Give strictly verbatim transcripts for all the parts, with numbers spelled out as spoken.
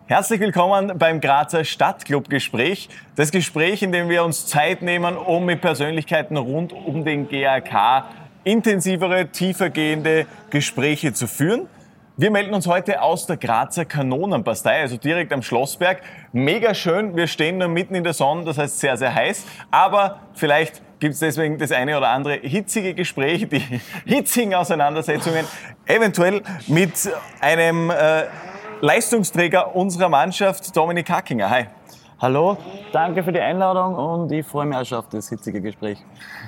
Herzlich willkommen beim Grazer Stadtclub-Gespräch. Das Gespräch, in dem wir uns Zeit nehmen, um mit Persönlichkeiten rund um den G A K intensivere, tiefergehende Gespräche zu führen. Wir melden uns heute aus der Grazer Kanonenbastei, also direkt am Schlossberg. Mega schön, wir stehen nur mitten in der Sonne, das heißt sehr, sehr heiß. Aber vielleicht gibt es deswegen das eine oder andere hitzige Gespräch, die hitzigen Auseinandersetzungen, eventuell mit einem äh, Leistungsträger unserer Mannschaft, Dominik Hackinger. Hi. Hallo, danke für die Einladung und ich freue mich auch schon auf das hitzige Gespräch.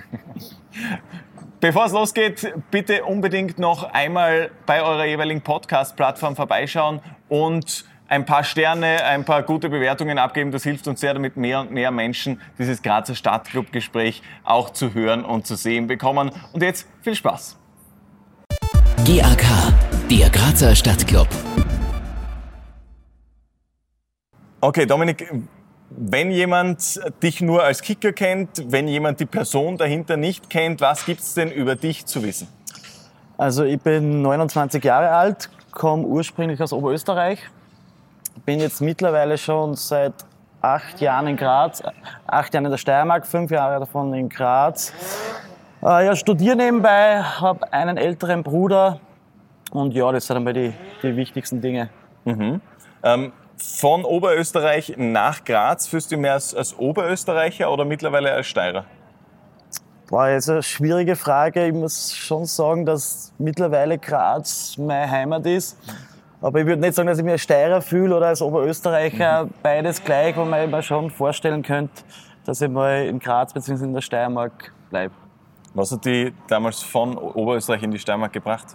Bevor es losgeht, bitte unbedingt noch einmal bei eurer jeweiligen Podcast-Plattform vorbeischauen und ein paar Sterne, ein paar gute Bewertungen abgeben. Das hilft uns sehr, damit mehr und mehr Menschen dieses Grazer Stadtclub-Gespräch auch zu hören und zu sehen bekommen. Und jetzt viel Spaß. G A K, der Grazer Stadtclub. Okay, Dominik, wenn jemand dich nur als Kicker kennt, wenn jemand die Person dahinter nicht kennt, was gibt es denn über dich zu wissen? Also ich bin neunundzwanzig Jahre alt, komme ursprünglich aus Oberösterreich, bin jetzt mittlerweile schon seit acht Jahren in Graz, acht Jahre in der Steiermark, fünf Jahre davon in Graz. Äh, ja, studiere nebenbei, habe einen älteren Bruder und ja, das sind einmal die, die wichtigsten Dinge. Mhm. Ähm, Von Oberösterreich nach Graz, fühlst du dich mehr als, als Oberösterreicher oder mittlerweile als Steirer? Boah, das ist eine schwierige Frage. Ich muss schon sagen, dass mittlerweile Graz meine Heimat ist. Aber ich würde nicht sagen, dass ich mich als Steirer fühle oder als Oberösterreicher. Mhm. Beides gleich, wo man mir schon vorstellen könnte, dass ich mal in Graz bzw. in der Steiermark bleibe. Was hat dich damals von Oberösterreich in die Steiermark gebracht?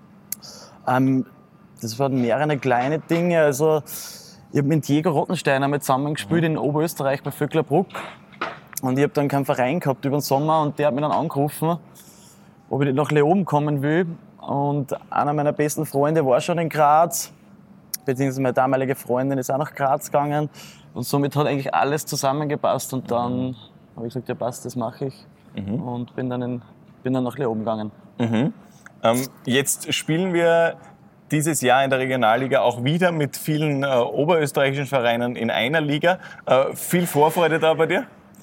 Ähm, das waren mehrere kleine Dinge. Also, ich habe mit Diego Rottenstein einmal zusammengespielt in Oberösterreich bei Vöcklerbruck. Und ich habe dann keinen Verein gehabt über den Sommer und der hat mich dann angerufen, ob ich nicht nach Leoben kommen will. Und einer meiner besten Freunde war schon in Graz, beziehungsweise meine damalige Freundin ist auch nach Graz gegangen. Und somit hat eigentlich alles zusammengepasst. Und dann habe ich gesagt, ja passt, das mache ich. Mhm. Und bin dann, in, bin dann nach Leoben gegangen. Mhm. Ähm, jetzt spielen wir dieses Jahr in der Regionalliga auch wieder mit vielen äh, oberösterreichischen Vereinen in einer Liga. Äh, viel Vorfreude da bei dir?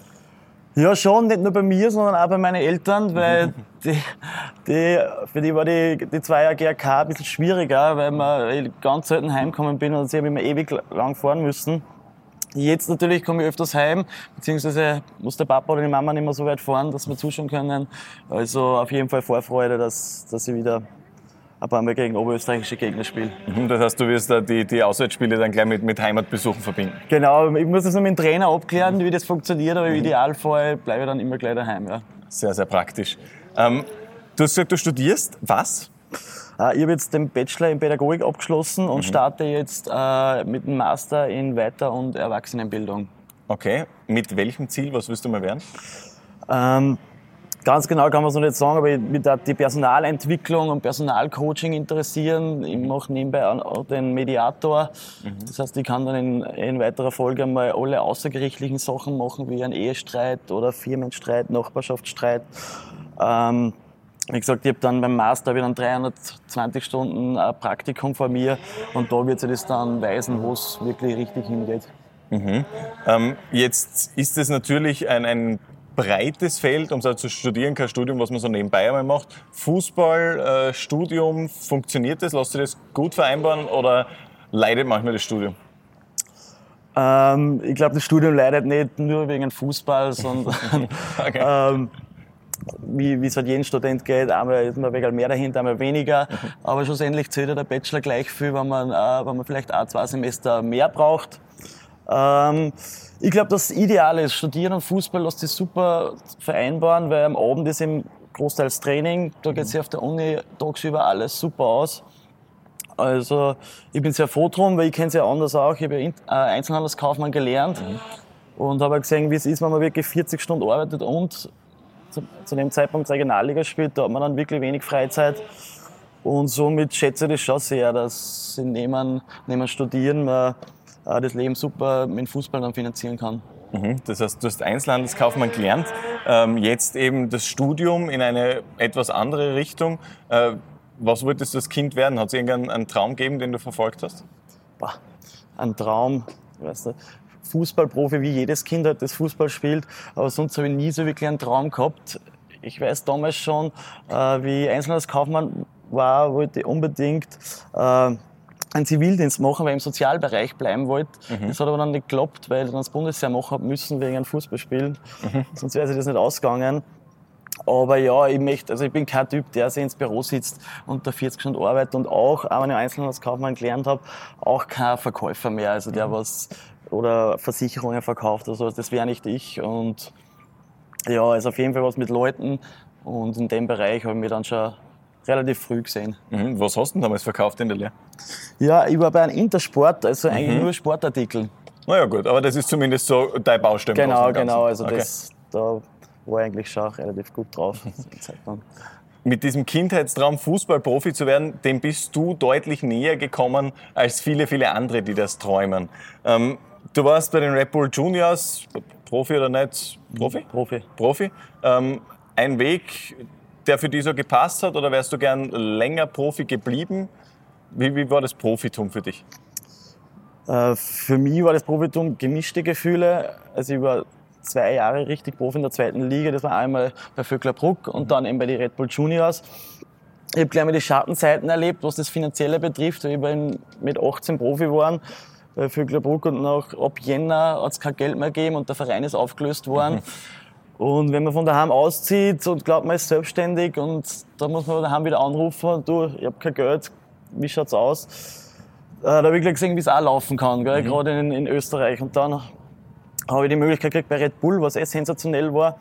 Ja, schon, nicht nur bei mir, sondern auch bei meinen Eltern, weil die, die, für die war die, die zwei Jahre G A K ein bisschen schwieriger, weil man ganz selten heimgekommen bin und sie haben immer ewig lang fahren müssen. Jetzt natürlich komme ich öfters heim, beziehungsweise muss der Papa oder die Mama nicht mehr so weit fahren, dass wir zuschauen können. Also auf jeden Fall Vorfreude, dass, dass ich wieder ein paar Mal gegen oberösterreichische Gegner spiele. Das heißt, du wirst da die, die Auswärtsspiele dann gleich mit, mit Heimatbesuchen verbinden? Genau, ich muss das noch mit dem Trainer abklären, wie das funktioniert, aber im Idealfall bleibe ich dann immer gleich daheim. Ja. Sehr, sehr praktisch. Ähm, du hast gesagt, du studierst was? Ich habe jetzt den Bachelor in Pädagogik abgeschlossen und mhm. starte jetzt äh, mit dem Master in Weiter- und Erwachsenenbildung. Okay, mit welchem Ziel? Was willst du mal werden? Ähm, Ganz genau kann man es noch nicht sagen, aber mich darf die Personalentwicklung und Personalcoaching interessieren. Ich mache nebenbei auch den Mediator. Mhm. Das heißt, ich kann dann in, in weiterer Folge einmal alle außergerichtlichen Sachen machen, wie einen Ehestreit oder Firmenstreit, Nachbarschaftsstreit. Ähm, wie gesagt, ich habe dann beim Master hab ich dann dreihundertzwanzig Stunden ein Praktikum vor mir und da wird sich das dann weisen, wo es wirklich richtig hingeht. Mhm. Ähm, jetzt ist es natürlich ein, ein breites Feld, um so zu studieren, kein Studium, was man so nebenbei einmal macht. Fußball, äh, Studium, funktioniert das? Lässt sich das gut vereinbaren oder leidet manchmal das Studium? Ähm, ich glaube, das Studium leidet nicht nur wegen Fußball, sondern okay. ähm, wie es halt jedem Student geht, einmal ist man wegen mehr dahinter, einmal weniger. Mhm. Aber schlussendlich zählt ja der Bachelor gleich viel, wenn man, äh, wenn man vielleicht auch zwei Semester mehr braucht. Ähm, ich glaube, das Ideale ist, Studieren und Fußball lässt sich super vereinbaren, weil am Abend ist im großteils Training, da geht sich auf der Uni tagsüber alles super aus. Also ich bin sehr froh drum, weil ich kenne es ja anders auch. Ich habe ja Einzelhandelskaufmann gelernt mhm. und habe gesehen, wie es ist, wenn man wirklich vierzig Stunden arbeitet und zu, zu dem Zeitpunkt Regionalliga spielt, da hat man dann wirklich wenig Freizeit. Und somit schätze ich das schon sehr, dass sie neben, neben Studieren man das Leben super mit dem Fußball dann finanzieren kann. Mhm. Das heißt, du hast Einzelhandelskaufmann gelernt, ähm, jetzt eben das Studium in eine etwas andere Richtung. Äh, was wolltest du als Kind werden? Hat es irgendeinen einen Traum gegeben, den du verfolgt hast? Boah. ein Traum. Ich weiß nicht, Fußballprofi, wie jedes Kind halt das Fußball spielt, aber sonst habe ich nie so wirklich einen Traum gehabt. Ich weiß damals schon, äh, wie ich Einzelhandelskaufmann war, wollte ich unbedingt äh, einen Zivildienst machen, weil ich im Sozialbereich bleiben wollte. Mhm. Das hat aber dann nicht geklappt, weil ich dann das Bundesheer machen habe müssen wegen einem Fußballspiel. Mhm. Sonst wäre sich das nicht ausgegangen. Aber ja, ich möchte, also ich bin kein Typ, der sich ins Büro sitzt und da vierzig Stunden arbeitet und auch, auch wenn ich Einzelhandelskaufmann gelernt habe, auch kein Verkäufer mehr, also der was oder Versicherungen verkauft oder sowas, das wäre nicht ich. Und ja, also auf jeden Fall was mit Leuten und in dem Bereich habe ich mich dann schon relativ früh gesehen. Mhm. Was hast du denn damals verkauft in der Lehre? Ja, ich war bei einem Intersport, also eigentlich mhm. nur Sportartikel. Na ja gut, aber das ist zumindest so dein Baustelle. Genau, genau, also okay. das, da war ich eigentlich schon relativ gut drauf. Mit diesem Kindheitstraum, Fußballprofi zu werden, dem bist du deutlich näher gekommen als viele, viele andere, die das träumen. Ähm, du warst bei den Red Bull Juniors, Profi oder nicht? Profi? Profi. Profi. Ähm, ein Weg, der für dich so gepasst hat, oder wärst du gern länger Profi geblieben? Wie, wie war das Profitum für dich? Äh, für mich war das Profitum gemischte Gefühle. Also ich war zwei Jahre richtig Profi in der zweiten Liga. Das war einmal bei Vöcklerbruck und dann eben bei den Red Bull Juniors. Ich habe gleich mal die Schattenseiten erlebt, was das Finanzielle betrifft. Ich bin mit achtzehn Profi geworden bei Vöcklerbruck und nach, ab Jänner hat es kein Geld mehr gegeben und der Verein ist aufgelöst worden. Mhm. Und wenn man von daheim auszieht und glaubt, man ist selbstständig und da muss man daheim wieder anrufen, du, ich habe kein Geld, wie schaut's aus? Äh, da habe ich gleich gesehen, wie es auch laufen kann, gell? Mhm. Gerade in, in Österreich. Und dann habe ich die Möglichkeit gekriegt bei Red Bull, was eh sensationell war.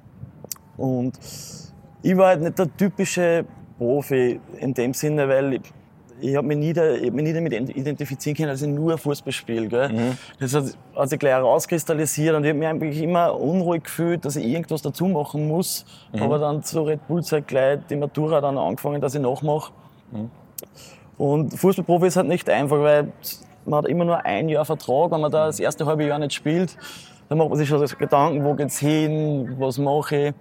Und ich war halt nicht der typische Profi in dem Sinne, weil ich, ich habe mich, nie da, ich hab mich nie damit identifizieren können, dass ich nur Fußball spiele. Gell? Mhm. Das hat, hat sich gleich herauskristallisiert und ich habe mich eigentlich immer unruhig gefühlt, dass ich irgendwas dazu machen muss. Mhm. Aber dann zur Red Bull-Zeit gleich die Matura dann angefangen, dass ich nachmache. Mhm. Und Fußballprofi ist halt nicht einfach, weil man hat immer nur ein Jahr Vertrag. Wenn man da das erste halbe Jahr nicht spielt, dann macht man sich schon Gedanken, wo geht's hin, was mache ich.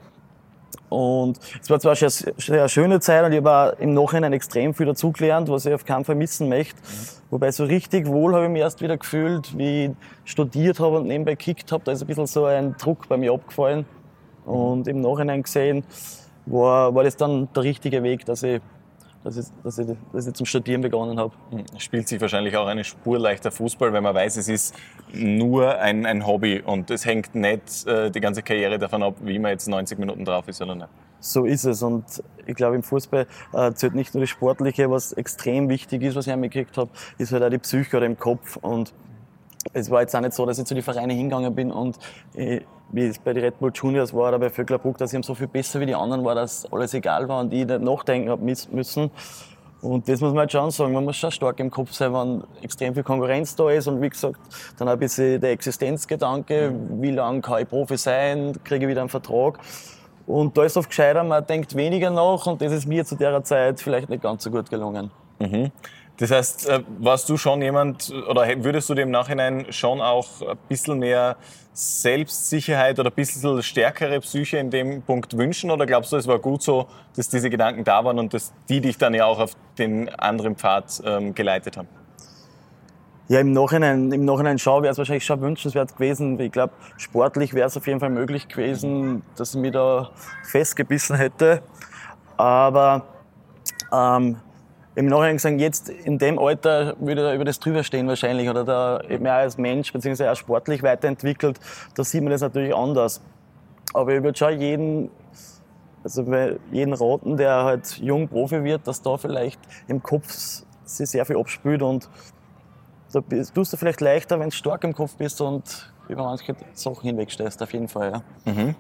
Und es war zwar eine sehr schöne Zeit und ich habe im Nachhinein extrem viel dazugelernt, was ich auf keinen Fall missen möchte. Mhm. Wobei so richtig wohl habe ich mich erst wieder gefühlt, wie ich studiert habe und nebenbei gekickt habe. Da ist ein bisschen so ein Druck bei mir abgefallen. Mhm. Und im Nachhinein gesehen war, war das dann der richtige Weg, dass ich Dass ich, dass, ich, dass ich zum Studieren begonnen habe. Spielt sich wahrscheinlich auch eine Spur leichter Fußball, weil man weiß, es ist nur ein, ein Hobby und es hängt nicht äh, die ganze Karriere davon ab, wie man jetzt neunzig Minuten drauf ist oder nicht. So ist es und ich glaube im Fußball äh, zählt nicht nur das Sportliche, was extrem wichtig ist, was ich mitgekriegt habe, ist halt auch die Psyche oder im Kopf. Und es war jetzt auch nicht so, dass ich zu den Vereinen hingegangen bin und ich, wie es bei den Red Bull Juniors war oder bei Vöcklerbruck, dass ich so viel besser wie die anderen war, dass alles egal war und ich nicht nachdenken habe müssen. Und das muss man halt schon sagen, man muss schon stark im Kopf sein, wenn extrem viel Konkurrenz da ist und wie gesagt, dann ein bisschen der Existenzgedanke, wie lange kann ich Profi sein, kriege ich wieder einen Vertrag. Und da ist es oft gescheiter, man denkt weniger nach und das ist mir zu der Zeit vielleicht nicht ganz so gut gelungen. Mhm. Das heißt, warst du schon jemand, oder würdest du dir im Nachhinein schon auch ein bisschen mehr Selbstsicherheit oder ein bisschen stärkere Psyche in dem Punkt wünschen? Oder glaubst du, es war gut so, dass diese Gedanken da waren und dass die dich dann ja auch auf den anderen Pfad ähm, geleitet haben? Ja, im Nachhinein, im Nachhinein schau, wäre es wahrscheinlich schon wünschenswert gewesen. Ich glaube, sportlich wäre es auf jeden Fall möglich gewesen, dass ich mich da festgebissen hätte. Aber ähm, im Nachhinein gesagt, jetzt in dem Alter würde er über das drüber stehen wahrscheinlich oder da eben auch als Mensch bzw. auch sportlich weiterentwickelt, da sieht man das natürlich anders. Aber ich würde schon jeden, also jeden raten, der halt jung Profi wird, dass da vielleicht im Kopf sich sehr viel abspült und da tust du vielleicht leichter, wenn du stark im Kopf bist und über manche Sachen hinwegstehst, auf jeden Fall. Ja. Mhm.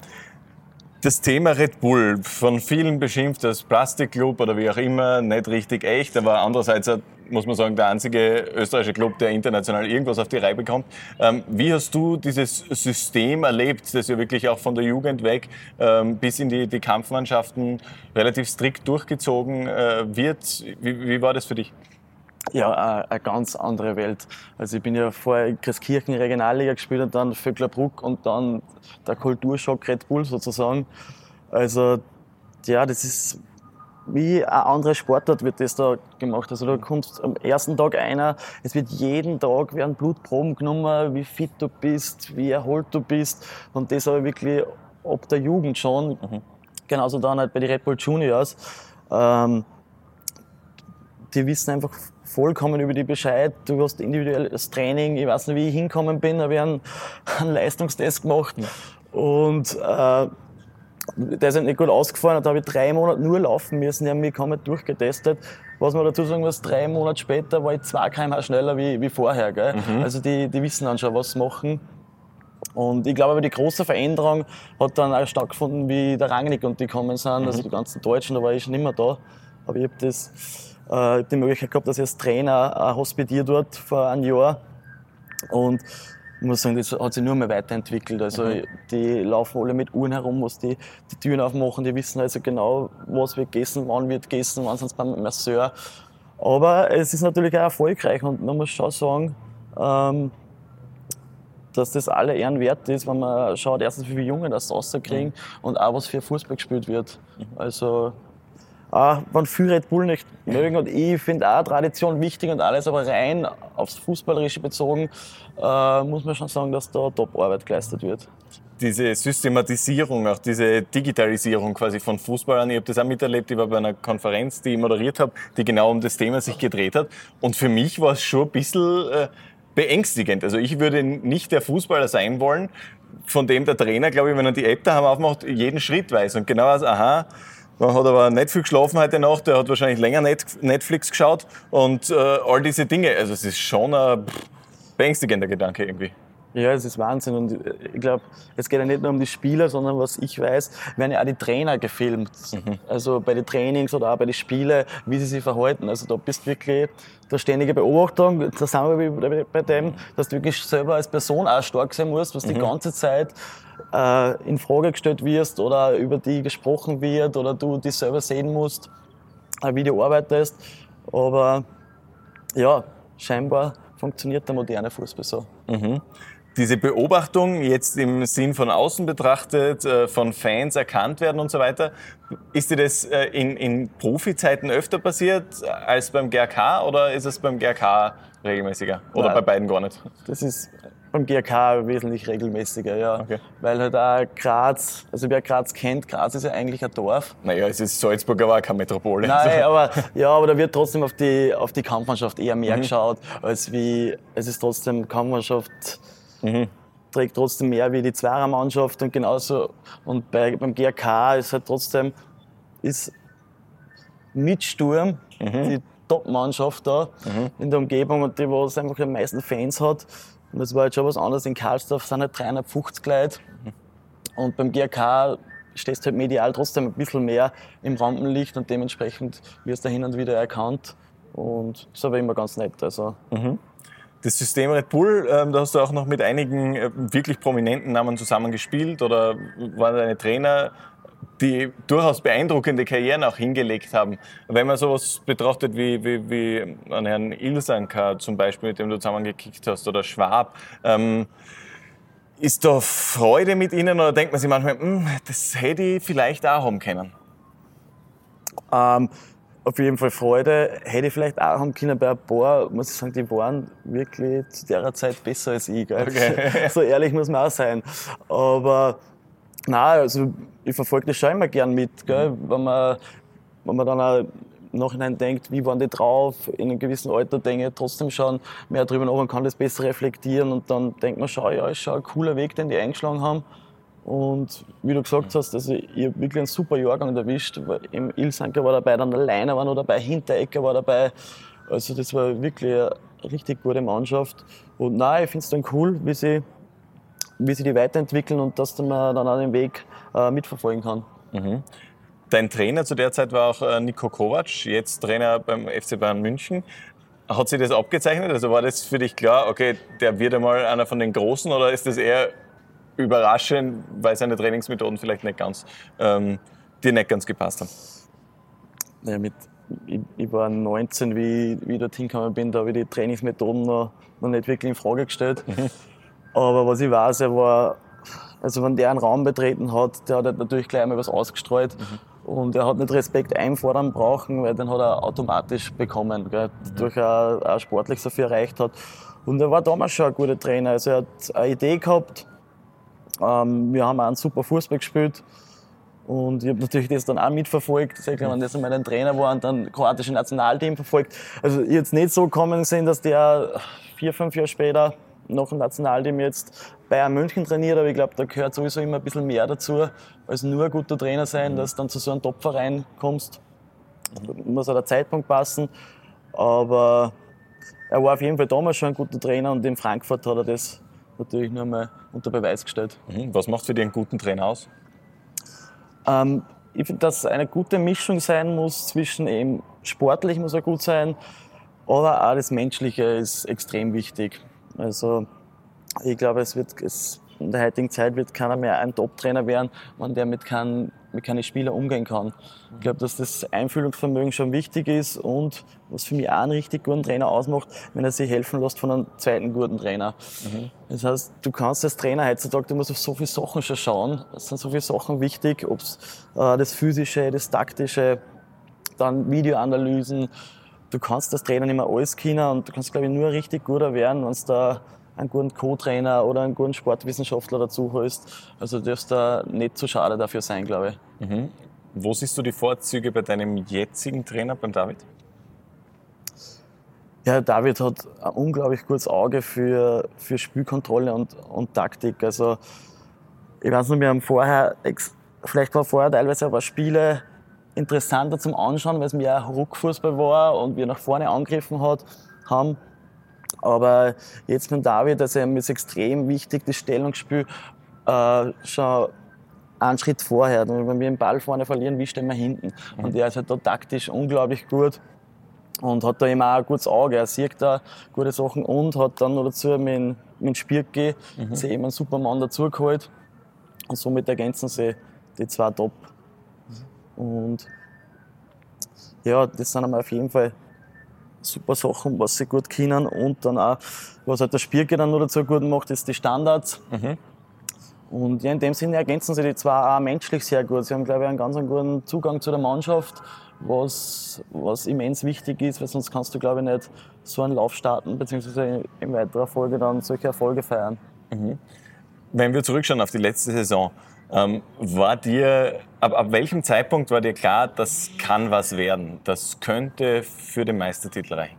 Das Thema Red Bull, von vielen beschimpft als Plastikclub oder wie auch immer, nicht richtig echt, aber andererseits muss man sagen, der einzige österreichische Club, der international irgendwas auf die Reihe bekommt. Ähm, wie hast du dieses System erlebt, das ja wirklich auch von der Jugend weg ähm, bis in die, die Kampfmannschaften relativ strikt durchgezogen äh, wird? Wie, wie war das für dich? Ja, eine ganz andere Welt. Also ich bin ja vorher in Christkirchen Regionalliga gespielt und dann Vöcklerbruck und dann der Kulturschock Red Bull sozusagen. Also ja, das ist, wie ein anderer Sportart wird das da gemacht. Also da kommt am ersten Tag einer, es wird jeden Tag werden Blutproben genommen, wie fit du bist, wie erholt du bist. Und das aber wirklich ab der Jugend schon. Mhm. Genauso dann halt bei den Red Bull Juniors. Ähm, die wissen einfach vollkommen über die Bescheid. Du hast individuelles Training. Ich weiß nicht, wie ich hingekommen bin, habe ich einen, einen Leistungstest gemacht. Und äh, der ist halt nicht gut ausgefallen. Und da habe ich drei Monate nur laufen müssen. Die haben mich kaum durchgetestet. Was man dazu sagen muss, drei Monate später war ich zwei Kilometer pro Stunde schneller wie, wie vorher. Gell? Mhm. Also die, die wissen dann schon, was sie machen. Und ich glaube, aber die große Veränderung hat dann auch stattgefunden, wie der Rangnick und die gekommen sind. Mhm. Also die ganzen Deutschen, da war ich schon nicht mehr da. Aber ich habe das... Ich habe die Möglichkeit gehabt, dass ich als Trainer äh, hospitiere dort vor einem Jahr. Und ich muss sagen, das hat sich nur mehr weiterentwickelt. Also mhm. die laufen alle mit Uhren herum, was die, die Türen aufmachen. Die wissen also genau, was wird gegessen, wann wird gegessen, wann sind sie beim Masseur. Aber es ist natürlich auch erfolgreich und man muss schon sagen, ähm, dass das alle Ehren wert ist, wenn man schaut, erstens wie viele Jungen das rauskriegen mhm. und auch was für Fußball gespielt wird. Mhm. Also, auch wenn viele Red Bull nicht mögen und ich finde auch Tradition wichtig und alles, aber rein aufs Fußballerische bezogen, äh, muss man schon sagen, dass da Top-Arbeit geleistet wird. Diese Systematisierung, auch diese Digitalisierung quasi von Fußballern, ich habe das auch miterlebt, ich war bei einer Konferenz, die ich moderiert habe, die genau um das Thema sich gedreht hat und für mich war es schon ein bisschen äh, beängstigend. Also ich würde nicht der Fußballer sein wollen, von dem der Trainer, glaube ich, wenn er die App daheim aufmacht, jeden Schritt weiß und genau weiß, aha, man hat aber nicht viel geschlafen heute Nacht, der hat wahrscheinlich länger Netflix geschaut und äh, all diese Dinge. Also es ist schon ein beängstigender Gedanke irgendwie. Ja, es ist Wahnsinn und ich glaube, es geht ja nicht nur um die Spieler, sondern was ich weiß, werden ja auch die Trainer gefilmt. Mhm. Also bei den Trainings oder auch bei den Spielen, wie sie sich verhalten. Also da bist du wirklich der ständige Beobachtung. Da sind wir bei dem, dass du wirklich selber als Person auch stark sein musst, was mhm. die ganze Zeit äh, in Frage gestellt wirst oder über die gesprochen wird oder du dich selber sehen musst, äh, wie du arbeitest. Aber ja, scheinbar funktioniert der moderne Fußball so. Mhm. Diese Beobachtung jetzt im Sinn von außen betrachtet, von Fans erkannt werden und so weiter, ist dir das in, in Profizeiten öfter passiert als beim G A K oder ist es beim G A K regelmäßiger? Oder Nein, bei beiden gar nicht? Das ist beim G A K wesentlich regelmäßiger, ja. Okay. Weil halt auch Graz, also wer Graz kennt, Graz ist ja eigentlich ein Dorf. Naja, es ist Salzburg, aber auch keine Metropole. Nein, aber, ja, aber da wird trotzdem auf die, auf die Kampfmannschaft eher mehr mhm. geschaut, als wie, es ist trotzdem Kampfmannschaft, mhm. trägt trotzdem mehr wie die Zweiermannschaft und genauso, und bei, beim G A K ist halt trotzdem, ist mit Sturm mhm. die Top-Mannschaft da mhm. in der Umgebung und die, wo es einfach am meisten Fans hat. Und das war jetzt schon was anderes. In Karlsdorf sind halt dreihundertfünfzig Leute. Und beim G A K stehst du halt medial trotzdem ein bisschen mehr im Rampenlicht und dementsprechend wirst du hin und wieder erkannt. Und das ist aber immer ganz nett. Also. Mhm. Das System Red Bull, ähm, da hast du auch noch mit einigen äh, wirklich prominenten Namen zusammengespielt oder waren deine Trainer, die durchaus beeindruckende Karrieren auch hingelegt haben. Wenn man sowas betrachtet wie, wie, wie an Herrn Ilsanker zum Beispiel, mit dem du zusammengekickt hast, oder Schwab, ähm, ist da Freude mit ihnen oder denkt man sich manchmal, das hätte ich vielleicht auch haben können? Ähm, auf jeden Fall Freude hätte ich vielleicht auch haben können. Bei ein paar, muss ich sagen, die waren wirklich zu der Zeit besser als ich. Gell? Okay. So ehrlich muss man auch sein. Aber nein, also ich verfolge das schon immer gern mit, gell? Wenn man, wenn man dann auch im Nachhinein denkt, wie waren die drauf, in einem gewissen Alter denke ich trotzdem schon mehr drüber nach und kann das besser reflektieren und dann denkt man schon, ja, ist schon ein cooler Weg, den die eingeschlagen haben. Und wie du gesagt hast, also ich habe wirklich einen super Jahrgang erwischt. Im Ilsanker war dabei, dann der Leiner war noch dabei, Hinteregger war dabei. Also das war wirklich eine richtig gute Mannschaft. Und nein, ich finde es dann cool, wie sie wie sie die weiterentwickeln und dass man dann auch den Weg äh, mitverfolgen kann. Mhm. Dein Trainer zu der Zeit war auch äh, Niko Kovac, jetzt Trainer beim F C Bayern München. Hat sich das abgezeichnet? Also war das für dich klar, okay, der wird einmal einer von den Großen, oder ist das eher überraschend, weil seine Trainingsmethoden vielleicht nicht ganz, ähm, dir nicht ganz gepasst haben? Ja, mit, ich, ich war neunzehn, wie, wie ich dorthin gekommen bin, da habe ich die Trainingsmethoden noch, noch nicht wirklich in Frage gestellt. Mhm. Aber was ich weiß, er war, also wenn der einen Raum betreten hat, der hat halt natürlich gleich einmal was ausgestreut. Mhm. Und er hat nicht Respekt einfordern brauchen, weil den hat er automatisch bekommen, gell, mhm. durch er, er sportlich so viel erreicht hat. Und er war damals schon ein guter Trainer. Also er hat eine Idee gehabt. Ähm, wir haben auch einen super Fußball gespielt. Und ich habe natürlich das dann auch mitverfolgt. Ich sage, wenn das einmal ein Trainer war und dann kroatische Nationalteam verfolgt. Also ich jetzt nicht so kommen sehen, dass der vier, fünf Jahre später noch im Nationalteam jetzt Bayern München trainiert. Aber ich glaube, da gehört sowieso immer ein bisschen mehr dazu, als nur ein guter Trainer sein, dass du dann zu so einem Top-Verein kommst. Da muss auch der Zeitpunkt passen. Aber er war auf jeden Fall damals schon ein guter Trainer und in Frankfurt hat er das natürlich nur mal unter Beweis gestellt. Was macht für dich einen guten Trainer aus? Ähm, ich finde, dass eine gute Mischung sein muss zwischen eben sportlich muss er gut sein, aber auch das Menschliche ist extrem wichtig. Also ich glaube, es wird es, in der heutigen Zeit wird keiner mehr ein Top-Trainer werden, wenn der mit keinen mit keinen Spielern umgehen kann. Ich glaube, dass das Einfühlungsvermögen schon wichtig ist und was für mich auch einen richtig guten Trainer ausmacht, wenn er sich helfen lässt von einem zweiten guten Trainer. Mhm. Das heißt, du kannst als Trainer heutzutage, du musst auf so viele Sachen schon schauen. Es sind so viele Sachen wichtig, ob es äh, das Physische, das Taktische, dann Videoanalysen. Du kannst als Trainer nicht mehr alles können und du kannst, glaube ich, nur richtig guter werden, wenn du da einen guten Co-Trainer oder einen guten Sportwissenschaftler dazu holst. Also du darfst da nicht zu schade dafür sein, glaube ich. Mhm. Wo siehst du die Vorzüge bei deinem jetzigen Trainer, beim David? Ja, David hat ein unglaublich gutes Auge für, für Spielkontrolle und, und Taktik. Also ich weiß nicht, wir haben vorher, vielleicht war vorher teilweise aber Spiele interessanter zum Anschauen, weil es mehr Ruckfußball war und wir nach vorne angegriffen hat, haben. Aber jetzt mit David, also ihm ist extrem wichtig, das Stellungsspiel äh, schon einen Schritt vorher. Und wenn wir den Ball vorne verlieren, wie stehen wir hinten? Mhm. Und er ist halt da taktisch unglaublich gut und hat da eben auch ein gutes Auge. Er sieht da gute Sachen und hat dann noch dazu mit, mit Spirki mhm. sich eben einen super Mann dazugeholt. Und somit ergänzen sie die zwei top. Mhm. Und ja, das sind einmal auf jeden Fall super Sachen, was sie gut können. Und dann auch, was halt der Spirke dann noch dazu gut macht, ist die Standards. Mhm. Und ja, in dem Sinne ergänzen sie die zwei auch menschlich sehr gut. Sie haben, glaube ich, einen ganz guten Zugang zu der Mannschaft, was, was immens wichtig ist, weil sonst kannst du, glaube ich, nicht so einen Lauf starten, beziehungsweise in weiterer Folge dann solche Erfolge feiern. Mhm. Wenn wir zurückschauen auf die letzte Saison, ähm, war dir, ab, ab welchem Zeitpunkt war dir klar, das kann was werden? Das könnte für den Meistertitel reichen?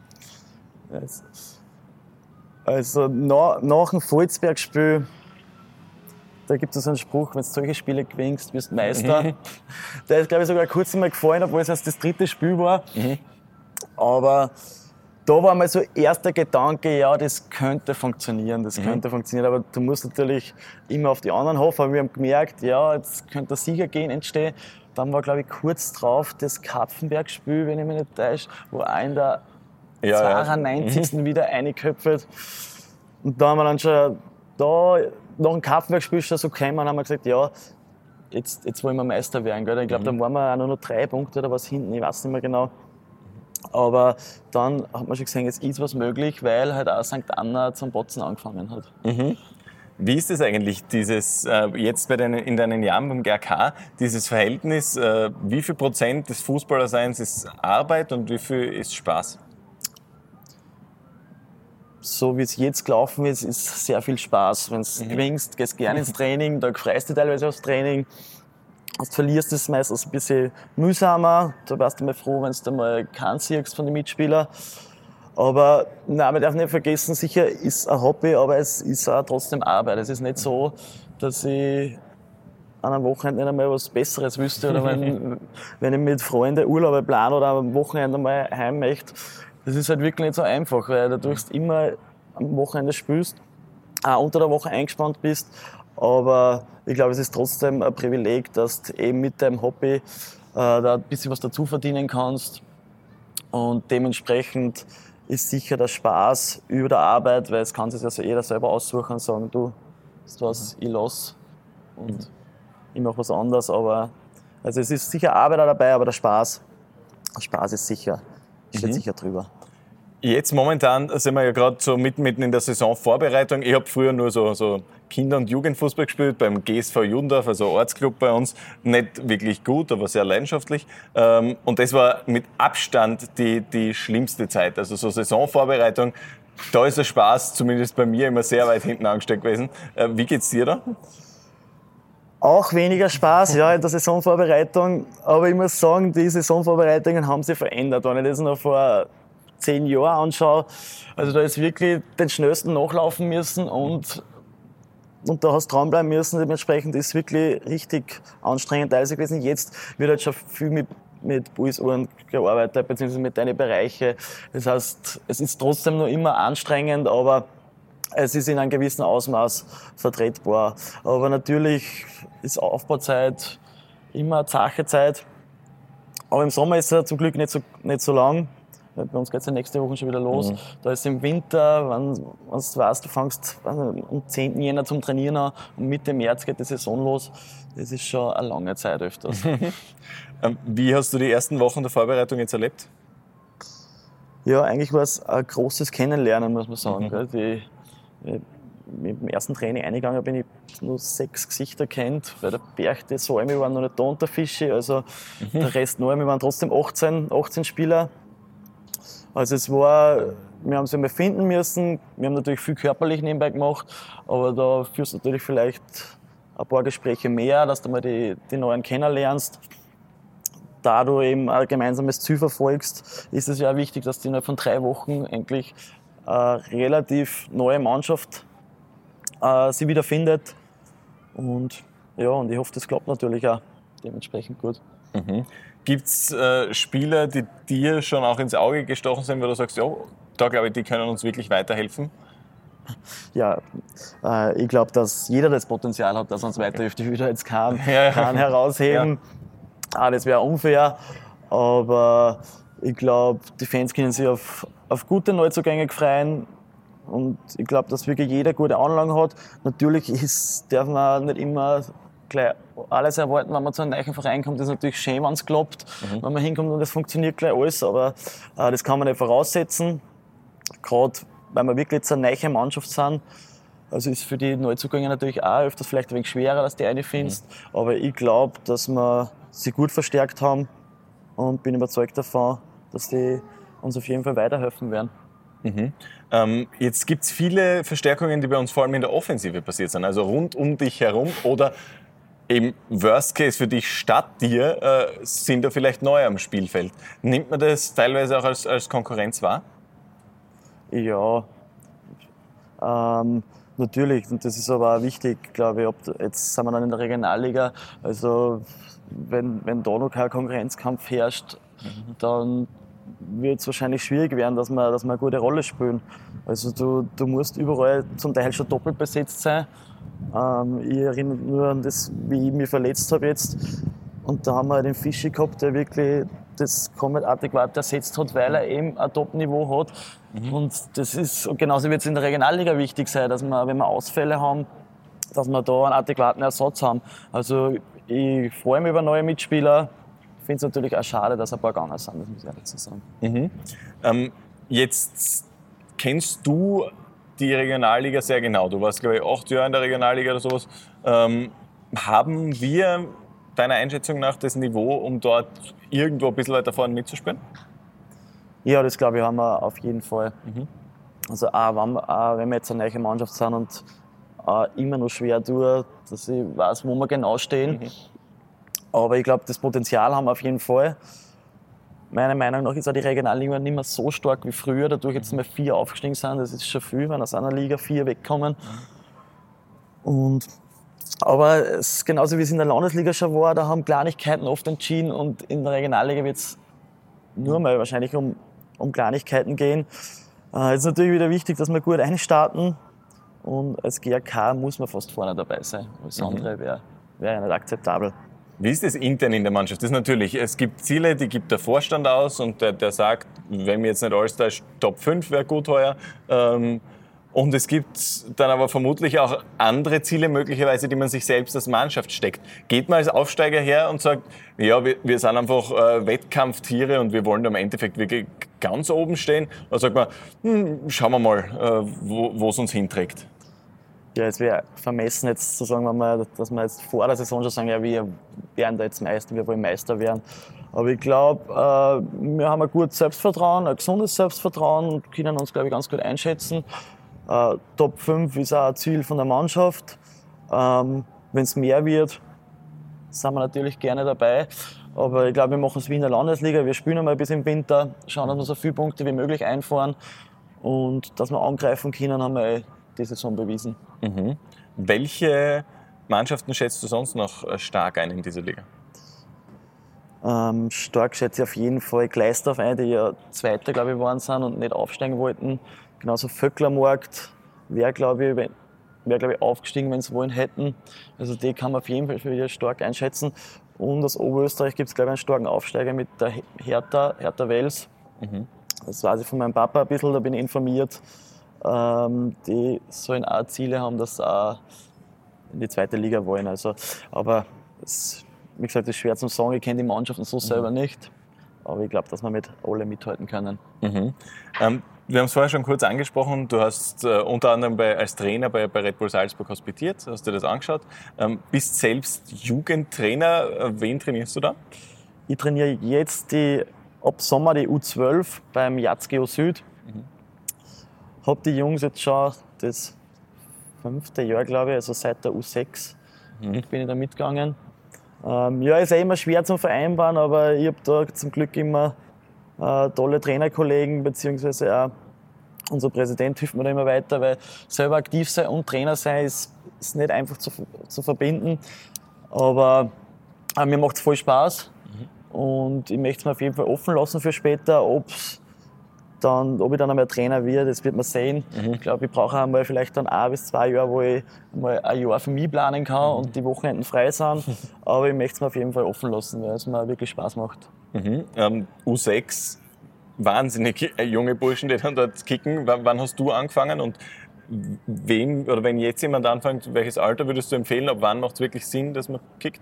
Also nach, nach dem Volzberg-Spiel, da gibt es so einen Spruch, wenn du solche Spiele gewinnst, wirst du Meister. Mhm. Der ist, glaube ich, sogar kurz einmal gefallen, obwohl es erst das dritte Spiel war. Mhm. Aber da war mal so erster Gedanke, ja, das könnte funktionieren, das mhm. könnte funktionieren. Aber du musst natürlich immer auf die anderen hoffen. Aber wir haben gemerkt, ja, jetzt könnte der Sieger gehen entstehen. Dann war, glaube ich, kurz drauf das Kapfenberg-Spiel, wenn ich mich nicht täusche, wo auch in der ja, zweiundneunzigsten Ja. wieder reingeköpft. Und da haben wir dann schon, da, nach dem Kapfenberg-Spiel schon so gekommen, haben wir gesagt, ja, jetzt, jetzt wollen wir Meister werden. Gell? Ich glaube, mhm. da waren wir auch nur noch drei Punkte oder was hinten, ich weiß nicht mehr genau. Aber dann hat man schon gesehen, es ist was möglich, weil halt auch Sankt Anna zum Botzen angefangen hat. Mhm. Wie ist es eigentlich, dieses, äh, jetzt bei deinen, in deinen Jahren beim G A K, dieses Verhältnis, äh, wie viel Prozent des Fußballerseins ist Arbeit und wie viel ist Spaß? So wie es jetzt gelaufen ist, ist sehr viel Spaß. Wenn du mhm. gewinnst, gehst gerne ins Training, da freust du dich teilweise aufs Training. Du verlierst es meistens ein bisschen mühsamer. Da warst du mal froh, wenn du mal keinen siehst von den Mitspielern. Aber nein, man darf nicht vergessen, sicher ist ein Hobby, aber es ist auch trotzdem Arbeit. Es ist nicht so, dass ich an einem Wochenende nicht einmal was Besseres wüsste oder wenn, wenn ich mit Freunden Urlaub plane oder am Wochenende mal heim möchte. Das ist halt wirklich nicht so einfach, weil du durchst immer am Wochenende spielst, auch unter der Woche eingespannt bist. Aber ich glaube, es ist trotzdem ein Privileg, dass du eben mit deinem Hobby äh, da ein bisschen was dazu verdienen kannst. Und dementsprechend ist sicher der Spaß über der Arbeit, weil es kann sich also jeder selber aussuchen und sagen, du, das was, ich lass und ich mache was anderes. Aber also es ist sicher Arbeit auch dabei, aber der Spaß, der Spaß ist sicher, steht mhm. sicher drüber. Jetzt momentan sind wir ja gerade so mitten, mitten in der Saisonvorbereitung. Ich habe früher nur so, so Kinder- und Jugendfußball gespielt beim G S V Judendorf, also Ortsclub bei uns. Nicht wirklich gut, aber sehr leidenschaftlich. Und das war mit Abstand die, die schlimmste Zeit. Also so Saisonvorbereitung, da ist der Spaß zumindest bei mir immer sehr weit hinten angesteckt gewesen. Wie geht's dir da? Auch weniger Spaß, ja, in der Saisonvorbereitung. Aber ich muss sagen, die Saisonvorbereitungen haben sich verändert. Wenn ich das noch vor zehn Jahren anschaue, also da ist wirklich den schnellsten nachlaufen müssen und, und da hast du dranbleiben müssen. Dementsprechend ist es wirklich richtig anstrengend teilweise gewesen. Jetzt wird halt schon viel mit, mit Pulsuhren gearbeitet, beziehungsweise mit deinen Bereichen. Das heißt, es ist trotzdem noch immer anstrengend, aber es ist in einem gewissen Ausmaß vertretbar. Aber natürlich ist Aufbauzeit immer eine zache Zeit. Aber im Sommer ist er zum Glück nicht so, nicht so lang. Bei uns geht es ja nächste Woche schon wieder los. Mhm. Da ist im Winter, wenn, wenn du weißt, du fängst am zehnten Jänner zum Trainieren an und Mitte März geht die Saison los. Das ist schon eine lange Zeit öfters. Wie hast du die ersten Wochen der Vorbereitung jetzt erlebt? Ja, eigentlich war es ein großes Kennenlernen, muss man sagen. Mhm. Die, mit dem ersten Training eingegangen bin ich nur sechs Gesichter kennt, weil der Berchte, Salmi waren noch nicht da unter Fischi, also mhm. der Rest noch, wir waren trotzdem achtzehn, achtzehn Spieler. Also es war, wir haben es einmal finden müssen, wir haben natürlich viel körperlich nebenbei gemacht, aber da führst du natürlich vielleicht ein paar Gespräche mehr, dass du mal die, die Neuen kennenlernst. Da du eben ein gemeinsames Ziel verfolgst, ist es ja auch wichtig, dass du innerhalb von drei Wochen endlich eine relativ neue Mannschaft äh, sie wiederfindet. Und ja, und ich hoffe, das klappt natürlich auch dementsprechend gut. Mhm. Gibt es äh, Spieler, die dir schon auch ins Auge gestochen sind, wo du sagst, ja, da glaube ich, die können uns wirklich weiterhelfen? Ja, äh, ich glaube, dass jeder das Potenzial hat, dass er uns weiterhilft. Ich würde jetzt keinen, ja, ja. keinen herausheben. Ja. Ah, das wäre unfair. Aber ich glaube, die Fans können sich auf, auf gute Neuzugänge freuen. Und ich glaube, dass wirklich jeder gute Anlagen hat. Natürlich ist, darf man nicht immer gleich alles erwarten, wenn man zu einem neuen Verein kommt. Das ist natürlich schön, wenn es klappt, mhm. wenn man hinkommt und es funktioniert gleich alles. Aber äh, das kann man nicht voraussetzen. Gerade weil wir wirklich jetzt eine neue Mannschaft sind. Also ist für die Neuzugänge natürlich auch öfters vielleicht ein wenig schwerer, dass du eine findest. Mhm. Aber ich glaube, dass wir sie gut verstärkt haben und bin überzeugt davon, dass die uns auf jeden Fall weiterhelfen werden. Mhm. Ähm, jetzt gibt es viele Verstärkungen, die bei uns vor allem in der Offensive passiert sind, also rund um dich herum oder eben Worst Case für dich statt dir äh, sind da vielleicht neu am Spielfeld. Nimmt man das teilweise auch als, als Konkurrenz wahr? Ja, ähm, natürlich, und das ist aber auch wichtig, glaube ich. Ob, jetzt sind wir dann in der Regionalliga, also wenn, wenn da noch kein Konkurrenzkampf herrscht, mhm. dann wird es wahrscheinlich schwierig werden, dass wir, dass wir eine gute Rolle spielen. Also du, du musst überall zum Teil schon doppelt besetzt sein. Ähm, ich erinnere nur an das, wie ich mich verletzt habe jetzt. Und da haben wir den Fischi gehabt, der wirklich das komplett adäquat ersetzt hat, weil er eben ein Top-Niveau hat. Mhm. Und das ist, und genauso wird es in der Regionalliga wichtig sein, dass wir, wenn wir Ausfälle haben, dass wir da einen adäquaten Ersatz haben. Also ich freue mich über neue Mitspieler. Ich finde es natürlich auch schade, dass ein paar gegangen sind, das muss ich ehrlich so sagen. Mhm. Ähm, jetzt kennst du die Regionalliga sehr genau. Du warst, glaube ich, acht Jahre in der Regionalliga oder sowas. Ähm, haben wir deiner Einschätzung nach das Niveau, um dort irgendwo ein bisschen weiter vorne mitzuspielen? Ja, das glaube ich, haben wir auf jeden Fall. Mhm. Also auch wenn, wir, auch wenn wir jetzt eine neue Mannschaft sind und auch immer noch schwer tue, dass ich weiß, wo wir genau stehen. Mhm. Aber ich glaube, das Potenzial haben wir auf jeden Fall. Meiner Meinung nach ist auch die Regionalliga nicht mehr so stark wie früher, dadurch jetzt mal vier aufgestiegen sind. Das ist schon viel, wenn aus einer Liga vier wegkommen. Und, aber es ist genauso wie es in der Landesliga schon war, da haben Kleinigkeiten oft entschieden und in der Regionalliga wird es nur mal wahrscheinlich um, um Kleinigkeiten gehen. Es ist natürlich wieder wichtig, dass wir gut einstarten und als G A K muss man fast vorne dabei sein. Alles andere wäre wär ja nicht akzeptabel. Wie ist das intern in der Mannschaft? Das ist natürlich, es gibt Ziele, die gibt der Vorstand aus und der, der sagt, wenn wir jetzt nicht All-Star ist, Top fünf wäre gut heuer. Ähm, und es gibt dann aber vermutlich auch andere Ziele möglicherweise, die man sich selbst als Mannschaft steckt. Geht man als Aufsteiger her und sagt, ja, wir, wir sind einfach äh, Wettkampftiere und wir wollen im Endeffekt wirklich ganz oben stehen? Oder sagt man, hm, schauen wir mal, äh, wo es uns hinträgt? Ja, es wäre vermessen jetzt zu sagen, wenn wir, dass wir jetzt vor der Saison schon sagen, ja, wir werden da jetzt Meister, wir wollen Meister werden. Aber ich glaube, äh, wir haben ein gutes Selbstvertrauen, ein gesundes Selbstvertrauen und können uns, glaube ich, ganz gut einschätzen. Äh, Top fünf ist auch ein Ziel von der Mannschaft. Ähm, Wenn es mehr wird, sind wir natürlich gerne dabei. Aber ich glaube, wir machen es wie in der Landesliga. Wir spielen einmal bis im Winter, schauen, dass wir so viele Punkte wie möglich einfahren. Und dass wir angreifen können, haben wir die Saison bewiesen. Mhm. Welche Mannschaften schätzt du sonst noch stark ein in dieser Liga? Ähm, stark schätze ich auf jeden Fall Gleisdorf ein, die ja Zweiter, glaube ich, waren sind und nicht aufsteigen wollten. Genauso Vöcklermarkt wäre, glaube ich, wär, glaub ich, aufgestiegen, wenn sie wollen hätten. Also die kann man auf jeden Fall wieder stark einschätzen. Und aus Oberösterreich gibt es, glaube ich, einen starken Aufsteiger mit der Hertha, Hertha Wels. Mhm. Das weiß ich von meinem Papa ein bisschen, da bin ich informiert. Ähm, die sollen auch Ziele haben, dass sie auch in die zweite Liga wollen. Also, aber es, wie gesagt, das ist schwer zu sagen. Ich kenne die Mannschaften so selber mhm. nicht. Aber ich glaube, dass wir mit alle mithalten können. Mhm. Ähm, wir haben es vorher schon kurz angesprochen. Du hast äh, unter anderem bei, als Trainer bei, bei Red Bull Salzburg hospitiert. Hast dir das angeschaut? Ähm, bist selbst Jugendtrainer. Äh, wen trainierst du da? Ich trainiere jetzt die, ab Sommer die U zwölf beim Jatzgeo Süd. Mhm. Habe die Jungs jetzt schon das fünfte Jahr, glaube ich, also seit der U sechs mhm. bin ich da mitgegangen. Ähm, ja, ist auch immer schwer zum Vereinbaren, aber ich habe da zum Glück immer äh, tolle Trainerkollegen, beziehungsweise auch unser Präsident hilft mir da immer weiter, weil selber aktiv sein und Trainer sein ist, ist nicht einfach zu, zu verbinden. Aber äh, mir macht es voll Spaß mhm. und ich möchte es mir auf jeden Fall offen lassen für später, ob's Dann, ob ich dann einmal Trainer werde, das wird man sehen. Mhm. Ich glaube, ich brauche einmal vielleicht dann ein bis zwei Jahre, wo ich mal ein Jahr für mich planen kann mhm. und die Wochenenden frei sind. Aber ich möchte es mir auf jeden Fall offen lassen, weil es mir wirklich Spaß macht. Mhm. Ähm, U sechs, wahnsinnig junge Burschen, die dann dort kicken. W- wann hast du angefangen und wem, oder wenn jetzt jemand anfängt, welches Alter würdest du empfehlen? Ab wann macht es wirklich Sinn, dass man kickt?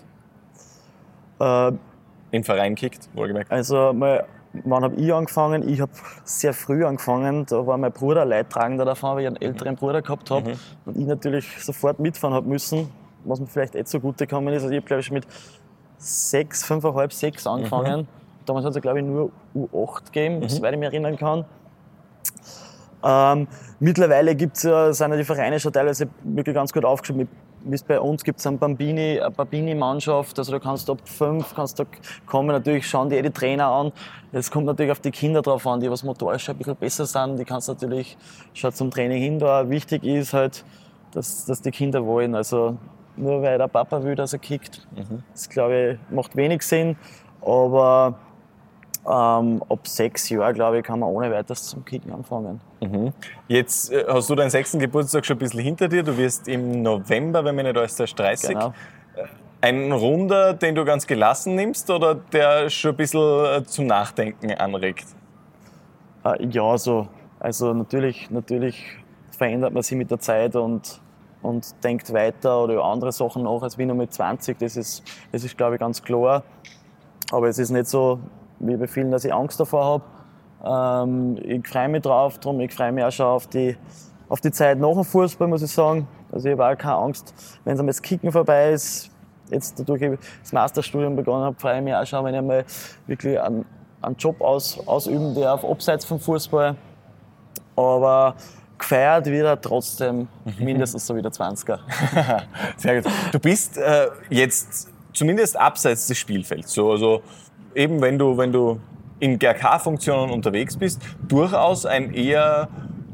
Äh, Im Verein kickt, wohlgemerkt. Also mal wann habe ich angefangen? Ich habe sehr früh angefangen. Da war mein Bruder Leidtragender davon, weil ich einen älteren Bruder gehabt habe. Mhm. Und ich natürlich sofort mitfahren habe müssen, was mir vielleicht nicht so gut gekommen ist. Also ich habe, glaube ich, mit sechs, fünfeinhalb, sechs angefangen. Mhm. Damals hat es, glaube ich, nur U acht gegeben, mhm. soweit ich mich erinnern kann. Ähm, mittlerweile gibt's ja, sind ja die Vereine schon teilweise wirklich ganz gut aufgeschrieben. Bei uns gibt es eine Bambini, eine Bambini-Mannschaft, also da kannst du ab fünf kannst du kommen. Natürlich schauen die eh die Trainer an. Es kommt natürlich auf die Kinder drauf an, die was motorisch ein bisschen besser sind. Die kannst du natürlich schon zum Training hin. Da wichtig ist halt, dass, dass die Kinder wollen. Also nur weil der Papa will, dass er kickt, mhm. das glaube ich macht wenig Sinn. Aber Ähm, ab sechs Jahren, glaube ich, kann man ohne weiteres zum Kicken anfangen. Mhm. Jetzt äh, hast du deinen sechsten Geburtstag schon ein bisschen hinter dir. Du wirst im November, wenn mich nicht alles täuscht, dreißig. Genau. Ein Runder, den du ganz gelassen nimmst oder der schon ein bisschen zum Nachdenken anregt? Äh, ja, so. Also natürlich, natürlich verändert man sich mit der Zeit und, und denkt weiter oder über andere Sachen nach als wie nur mit zwanzig. Das ist, das ist, glaube ich, ganz klar. Aber es ist nicht so wie bei vielen, dass ich Angst davor habe. Ähm, ich freue mich drauf, darum ich freue mich auch schon auf die, auf die Zeit nach dem Fußball, muss ich sagen. Also ich habe auch keine Angst, wenn es einmal das Kicken vorbei ist. Jetzt, dadurch ich das Masterstudium begonnen habe, freue ich mich auch schon, wenn ich einmal wirklich einen, einen Job aus, ausüben darf, abseits vom Fußball. Aber gefeiert wird er trotzdem mindestens so wie der zwanziger. Sehr gut. Du bist äh, jetzt zumindest abseits des Spielfelds, so, also eben wenn du, wenn du in G A K-Funktionen unterwegs bist, durchaus ein eher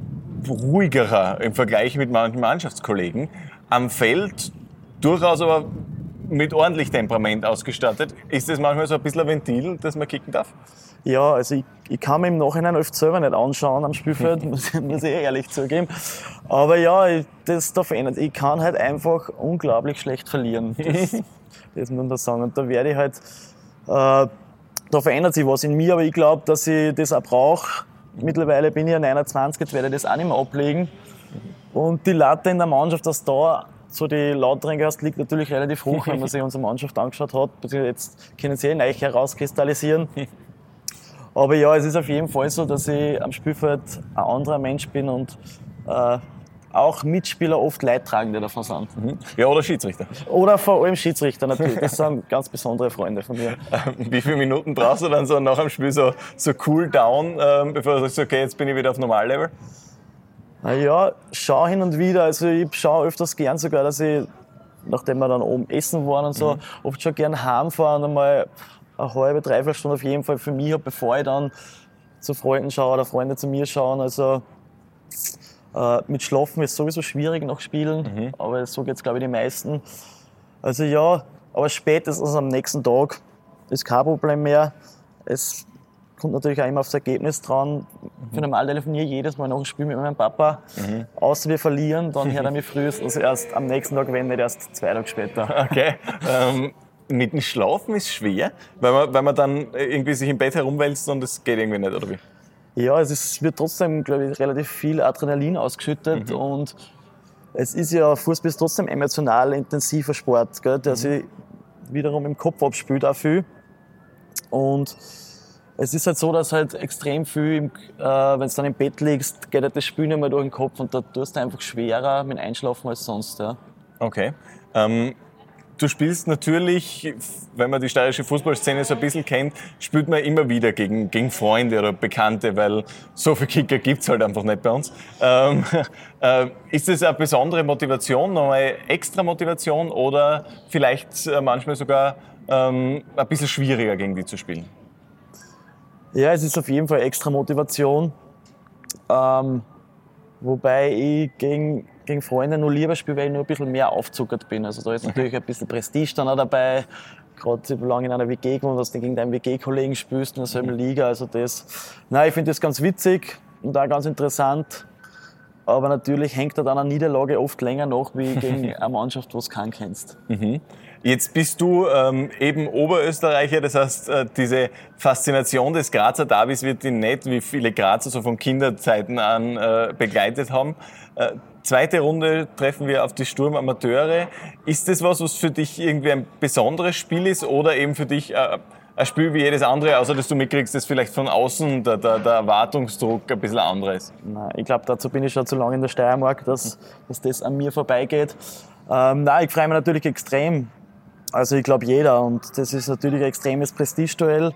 ruhigerer im Vergleich mit manchen Mannschaftskollegen. Am Feld durchaus aber mit ordentlich Temperament ausgestattet. Ist das manchmal so ein bisschen ein Ventil, das man kicken darf? Ja, also ich, ich kann mir im Nachhinein oft selber nicht anschauen am Spielfeld, muss, muss ich ehrlich zugeben. Aber ja, ich, das da verändert. Ich kann halt einfach unglaublich schlecht verlieren. Das, das muss man sagen. Und da werde ich halt, äh, da verändert sich was in mir, aber ich glaube, dass ich das auch brauche. Mittlerweile bin ich ja neunundzwanzig, jetzt werde ich das auch nicht mehr ablegen. Und die Latte in der Mannschaft, dass da so die lauteren Gast liegt natürlich relativ hoch, wenn man sich unsere Mannschaft angeschaut hat. Jetzt können sie eh neu herauskristallisieren. Aber ja, es ist auf jeden Fall so, dass ich am Spielfeld ein anderer Mensch bin und äh, auch Mitspieler oft Leidtragende davon sind. Mhm. Ja, oder Schiedsrichter. Oder vor allem Schiedsrichter natürlich. Das sind ganz besondere Freunde von mir. Wie viele Minuten brauchst du dann so nach dem Spiel so, so cool down, ähm, bevor du sagst, okay, jetzt bin ich wieder auf Normallevel? Ja, schau hin und wieder. Also ich schaue öfters gern sogar, dass ich, nachdem wir dann oben essen waren und so, mhm. oft schon gern heimfahren und einmal eine halbe, dreiviertel Stunde auf jeden Fall für mich habe, bevor ich dann zu Freunden schaue oder Freunde zu mir schauen. Also äh, mit Schlafen ist sowieso schwierig nach Spielen, mhm. aber so geht es, glaube ich, die meisten. Also ja, aber spätestens am nächsten Tag ist kein Problem mehr. Es kommt natürlich auch immer aufs Ergebnis dran. Mhm. Für normal telefoniere ich jedes Mal nach dem Spiel mit meinem Papa. Mhm. Außer wir verlieren, dann hört er mich frühestens erst am nächsten Tag, wenn nicht erst zwei Tage später. Okay. Ähm, mit dem Schlafen ist schwer, weil man, weil man dann irgendwie sich im Bett herumwälzt und es geht irgendwie nicht, oder wie? Ja, es ist, wird trotzdem, glaube ich, relativ viel Adrenalin ausgeschüttet. Mhm. Und es ist ja, Fußball ist trotzdem emotional intensiver Sport, gell, der mhm. sich wiederum im Kopf abspielt auch viel. Und es ist halt so, dass halt extrem viel, äh, wenn du dann im Bett liegst, geht halt das Spiel nicht mehr durch den Kopf und da tust du einfach schwerer mit Einschlafen als sonst. Ja. Okay. Ähm, du spielst natürlich, wenn man die steirische Fußballszene so ein bisschen kennt, spielt man immer wieder gegen, gegen Freunde oder Bekannte, weil so viele Kicker gibt es halt einfach nicht bei uns. Ähm, äh, ist das eine besondere Motivation, noch eine extra Motivation oder vielleicht äh, manchmal sogar ähm, ein bisschen schwieriger gegen die zu spielen? Ja, es ist auf jeden Fall extra Motivation. Ähm, wobei ich gegen, gegen Freunde nur lieber spiele, weil ich nur ein bisschen mehr aufzuckert bin. Also da ist natürlich ein bisschen Prestige dann auch dabei. Gerade so lange in einer W G gewohnt, dass du gegen deinen W G-Kollegen spielst in derselben Liga. Also das, nein, ich finde das ganz witzig und auch ganz interessant. Aber natürlich hängt da dann eine Niederlage oft länger nach, wie gegen eine Mannschaft, wo du keinen kennst. Mhm. Jetzt bist du ähm, eben Oberösterreicher, das heißt, äh, diese Faszination des Grazer Derbys wird dich nicht, wie viele Grazer so von Kinderzeiten an äh, begleitet haben. Äh, zweite Runde treffen wir auf die Sturm Amateure. Ist das was, was für dich irgendwie ein besonderes Spiel ist oder eben für dich äh, ein Spiel wie jedes andere, außer dass du mitkriegst, dass vielleicht von außen der, der, der Erwartungsdruck ein bisschen anderer ist? Nein, ich glaube, dazu bin ich schon zu lange in der Steiermark, dass, dass das an mir vorbeigeht. Ähm, nein, ich freue mich natürlich extrem. Also ich glaube jeder und das ist natürlich ein extremes Prestigeduell.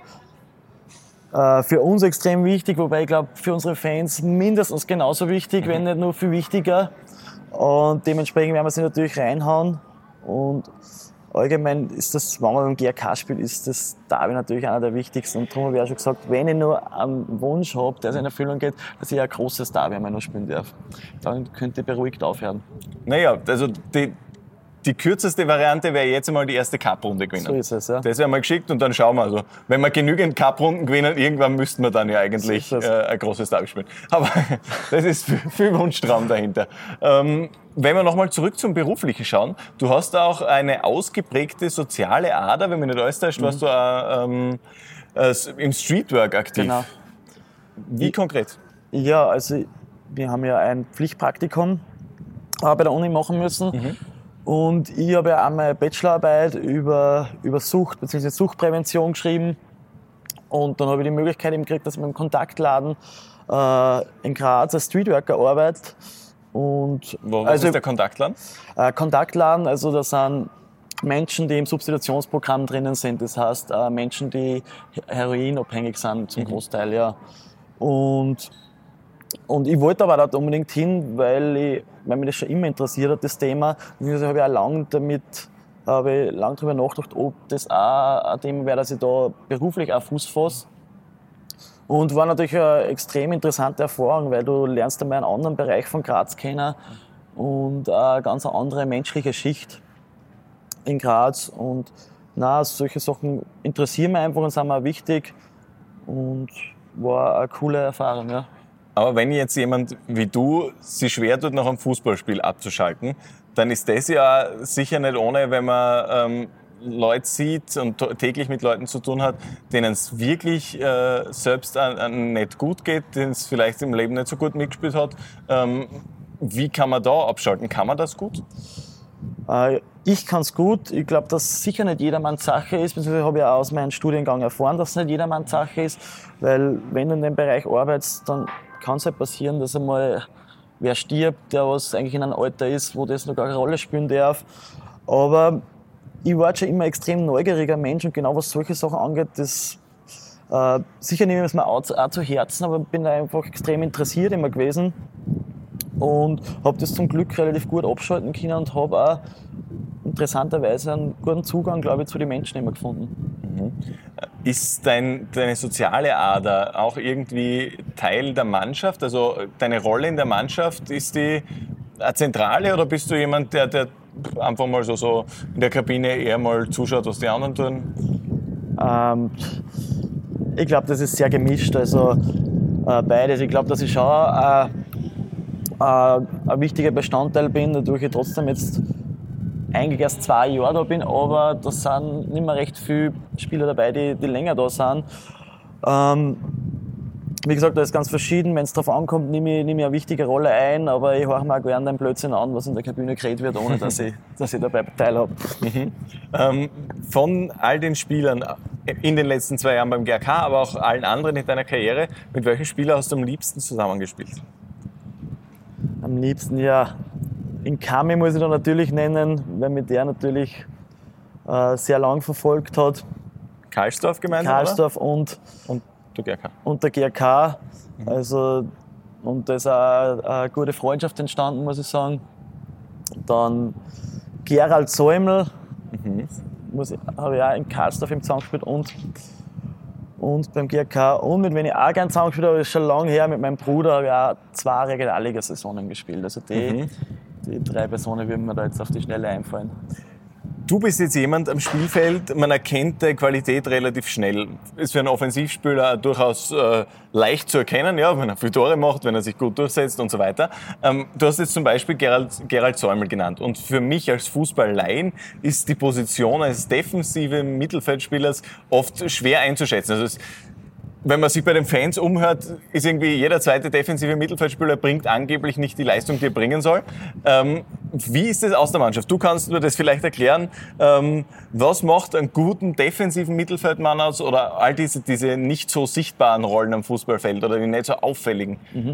Äh, für uns extrem wichtig, wobei ich glaube für unsere Fans mindestens genauso wichtig, mhm. wenn nicht nur viel wichtiger. Und dementsprechend werden wir sie natürlich reinhauen. Und allgemein ist das, wenn man beim G A K spielt, ist das Derby natürlich einer der wichtigsten. Und darum habe ich auch schon gesagt, wenn ich nur einen Wunsch habe, der in Erfüllung geht, dass ich ein großes Derby einmal noch spielen darf. Dann könnte ich beruhigt aufhören. Naja, also die Die kürzeste Variante wäre jetzt einmal die erste Cup-Runde gewinnen. So ist es, ja. Das wäre mal geschickt und dann schauen wir. Also, wenn wir genügend Cup-Runden gewinnen, irgendwann müssten wir dann ja eigentlich so äh, ein großes Derby spielen. Aber das ist viel, viel Wunschtraum dahinter. Ähm, wenn wir nochmal zurück zum Beruflichen schauen, du hast auch eine ausgeprägte soziale Ader. Wenn mich nicht alles täuscht, mhm. warst du auch ähm, äh, im Streetwork aktiv. Genau. Wie ich, konkret? Ja, also wir haben ja ein Pflichtpraktikum bei der Uni machen müssen. Mhm. Und ich habe ja auch meine Bachelorarbeit über, über Sucht bzw. Suchtprävention geschrieben. Und dann habe ich die Möglichkeit eben gekriegt, dass ich mit dem Kontaktladen äh, in Graz als Streetworker arbeite. Und Wo, was also, ist der Kontaktladen? Äh, Kontaktladen, also das sind Menschen, die im Substitutionsprogramm drinnen sind. Das heißt äh, Menschen, die heroinabhängig sind zum mhm. Großteil. Ja. Und Und ich wollte aber dort unbedingt hin, weil, ich, weil mich das schon immer interessiert hat, das Thema. Also habe ich auch lange damit, habe ich lange darüber nachgedacht, ob das auch ein Thema wäre, dass ich da beruflich auch Fuß fasse. Und war natürlich eine extrem interessante Erfahrung, weil du lernst einmal einen anderen Bereich von Graz kennen und eine ganz andere menschliche Schicht in Graz. Und na, solche Sachen interessieren mich einfach und sind mir auch wichtig. Und war eine coole Erfahrung, ja. Aber wenn jetzt jemand wie du sich schwer tut, nach einem Fußballspiel abzuschalten, dann ist das ja sicher nicht ohne, wenn man ähm, Leute sieht und täglich mit Leuten zu tun hat, denen es wirklich äh, selbst an, an nicht gut geht, denen es vielleicht im Leben nicht so gut mitgespielt hat. Ähm, wie kann man da abschalten? Kann man das gut? Äh, ich kann es gut. Ich glaube, dass sicher nicht jedermanns Sache ist. Beziehungsweise habe ich auch aus meinem Studiengang erfahren, dass es nicht jedermanns Sache ist. Weil wenn du in dem Bereich arbeitest, dann kann es halt passieren, dass einmal wer stirbt, der was eigentlich in einem Alter ist, wo das noch gar keine Rolle spielen darf. Aber ich war schon immer ein extrem neugieriger Mensch und genau was solche Sachen angeht, das äh, sicher nehme ich es mir auch, auch zu Herzen, aber bin da einfach extrem interessiert immer gewesen und habe das zum Glück relativ gut abschalten können und habe auch interessanterweise einen guten Zugang, glaube ich, zu den Menschen immer gefunden. Mhm. Ist dein, deine soziale Ader auch irgendwie Teil der Mannschaft? Also deine Rolle in der Mannschaft, ist die eine zentrale oder bist du jemand, der, der einfach mal so, so in der Kabine eher mal zuschaut, was die anderen tun? Ähm, ich glaube, das ist sehr gemischt, also äh, beides. Ich glaube, dass ich schon äh, äh, ein wichtiger Bestandteil bin, dadurch ich trotzdem jetzt eigentlich erst zwei Jahre da bin, aber da sind nicht mehr recht viele Spieler dabei, die, die länger da sind. Ähm, wie gesagt, das ist ganz verschieden. Wenn es darauf ankommt, nehme ich, nehme ich eine wichtige Rolle ein, aber ich höre mir auch gerne den Blödsinn an, was in der Kabine geredet wird, ohne dass ich, dass ich dabei teilhabe. Mhm. Ähm, von all den Spielern in den letzten zwei Jahren beim G A K, aber auch allen anderen in deiner Karriere, mit welchem Spieler hast du am liebsten zusammengespielt? Am liebsten, ja. In Kami muss ich da natürlich nennen, weil mich der natürlich äh, sehr lang verfolgt hat. Karlsdorf gemeinsam, Karlsdorf und, und der G A K. Und der G A K. Mhm. Also, und da ist auch eine gute Freundschaft entstanden, muss ich sagen. Dann Gerald Säumel, mhm. habe ich auch in Karlsdorf im zusammengespielt und, und beim G A K. Und mit wem ich auch gerne zusammengespielt habe, ist schon lange her, mit meinem Bruder habe ich auch zwei Regionalliga-Saisonen gespielt. Also die, mhm. die drei Personen würden mir da jetzt auf die Schnelle einfallen. Du bist jetzt jemand am Spielfeld, man erkennt die Qualität relativ schnell. Ist für einen Offensivspieler durchaus äh, leicht zu erkennen, ja, wenn er viele Tore macht, wenn er sich gut durchsetzt und so weiter. Ähm, du hast jetzt zum Beispiel Gerald, Gerald Säumel genannt. Und für mich als Fußballlein ist die Position eines defensiven Mittelfeldspielers oft schwer einzuschätzen. Also es, wenn man sich bei den Fans umhört, ist irgendwie jeder zweite defensive Mittelfeldspieler bringt angeblich nicht die Leistung, die er bringen soll. Ähm, wie ist das aus der Mannschaft? Du kannst mir das vielleicht erklären. Ähm, was macht einen guten defensiven Mittelfeldmann aus oder all diese, diese nicht so sichtbaren Rollen am Fußballfeld oder die nicht so auffälligen? Mhm.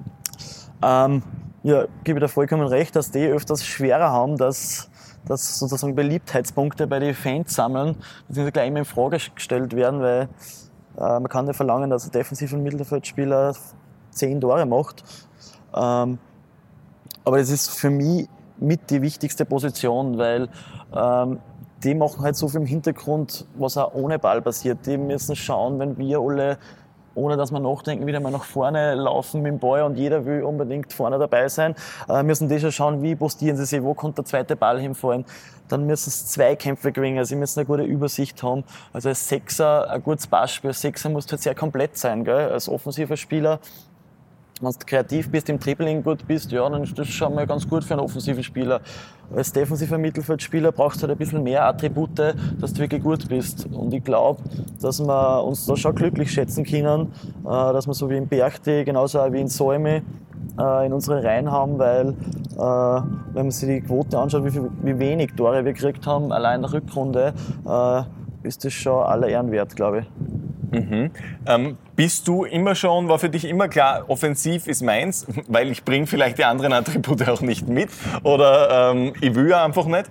Ähm, ja, gebe ich dir vollkommen recht, dass die öfters schwerer haben, dass, dass sozusagen Beliebtheitspunkte bei den Fans sammeln, beziehungsweise gleich immer in Frage gestellt werden, weil man kann nicht verlangen, dass ein defensiver Mittelfeldspieler zehn Tore macht. Ähm, aber das ist für mich mit die wichtigste Position, weil ähm, die machen halt so viel im Hintergrund, was auch ohne Ball passiert. Die müssen schauen, wenn wir alle, ohne dass wir nachdenken, wieder mal nach vorne laufen mit dem Ball und jeder will unbedingt vorne dabei sein, äh, müssen die schon schauen, wie postieren sie sich, wo kommt der zweite Ball hinfallen. Dann müssen sie Zweikämpfe gewinnen, sie müssen eine gute Übersicht haben. Also als Sechser, ein gutes Beispiel, als Sechser musst du halt sehr komplett sein, gell? Als offensiver Spieler. Wenn du kreativ bist, im Dribbling gut bist, ja, dann ist das schon mal ganz gut für einen offensiven Spieler. Als defensiver Mittelfeldspieler brauchst du halt ein bisschen mehr Attribute, dass du wirklich gut bist. Und ich glaube, dass wir uns da schon glücklich schätzen können, dass wir so wie in Berchti, genauso auch wie in Säume, in unsere Reihen haben, weil äh, wenn man sich die Quote anschaut, wie, viel, wie wenig Tore wir gekriegt haben, allein in der Rückrunde, äh, ist das schon aller Ehren wert, glaube ich. Mhm. Ähm, bist du immer schon, war für dich immer klar, offensiv ist meins, weil ich bringe vielleicht die anderen Attribute auch nicht mit oder ähm, ich will ja einfach nicht?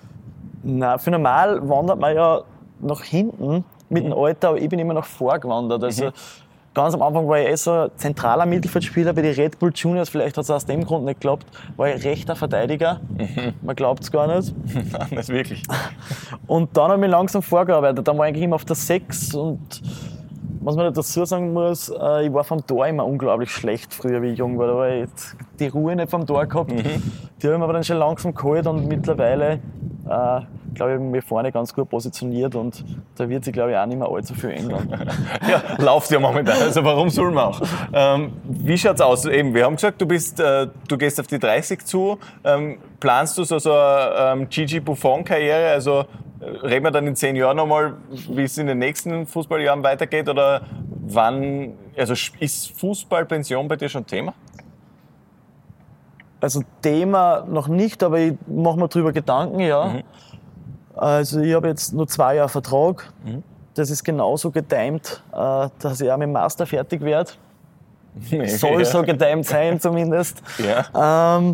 Nein, für normal wandert man ja nach hinten mit dem Alter, aber ich bin immer nach vorgewandert. Also, mhm. Ganz am Anfang war ich eh so ein zentraler Mittelfeldspieler bei den Red Bull Juniors, vielleicht hat es aus dem Grund nicht geklappt, war ich rechter Verteidiger, mhm. man glaubt es gar nicht. Nicht wirklich. Und dann habe ich mich langsam vorgearbeitet, dann war ich eigentlich immer auf der sechs und was man dazu sagen muss, ich war vom Tor immer unglaublich schlecht früher, wie ich jung war, da war ich die Ruhe nicht vom Tor gehabt, mhm. die habe ich mir aber dann schon langsam geholt und mittlerweile äh, glaube ich, mich vorne ganz gut positioniert und da wird sich, glaube ich, auch nicht mehr allzu viel ändern. Ja, läuft ja momentan, also warum soll man auch? Ähm, wie schaut's aus? Eben, wir haben gesagt, du bist, äh, du gehst auf die dreißig zu. Ähm, planst du so, so eine ähm, Gigi Buffon-Karriere? Also äh, reden wir dann in zehn Jahren nochmal, wie es in den nächsten Fußballjahren weitergeht? Oder wann, also ist Fußballpension bei dir schon Thema? Also Thema noch nicht, aber ich mache mir darüber Gedanken, ja. Mhm. Also ich habe jetzt nur zwei Jahre Vertrag. Mhm. Das ist genauso getimt, dass ich auch mit dem Master fertig werde. Okay, soll ja. so getimt sein zumindest. Ja. Ähm,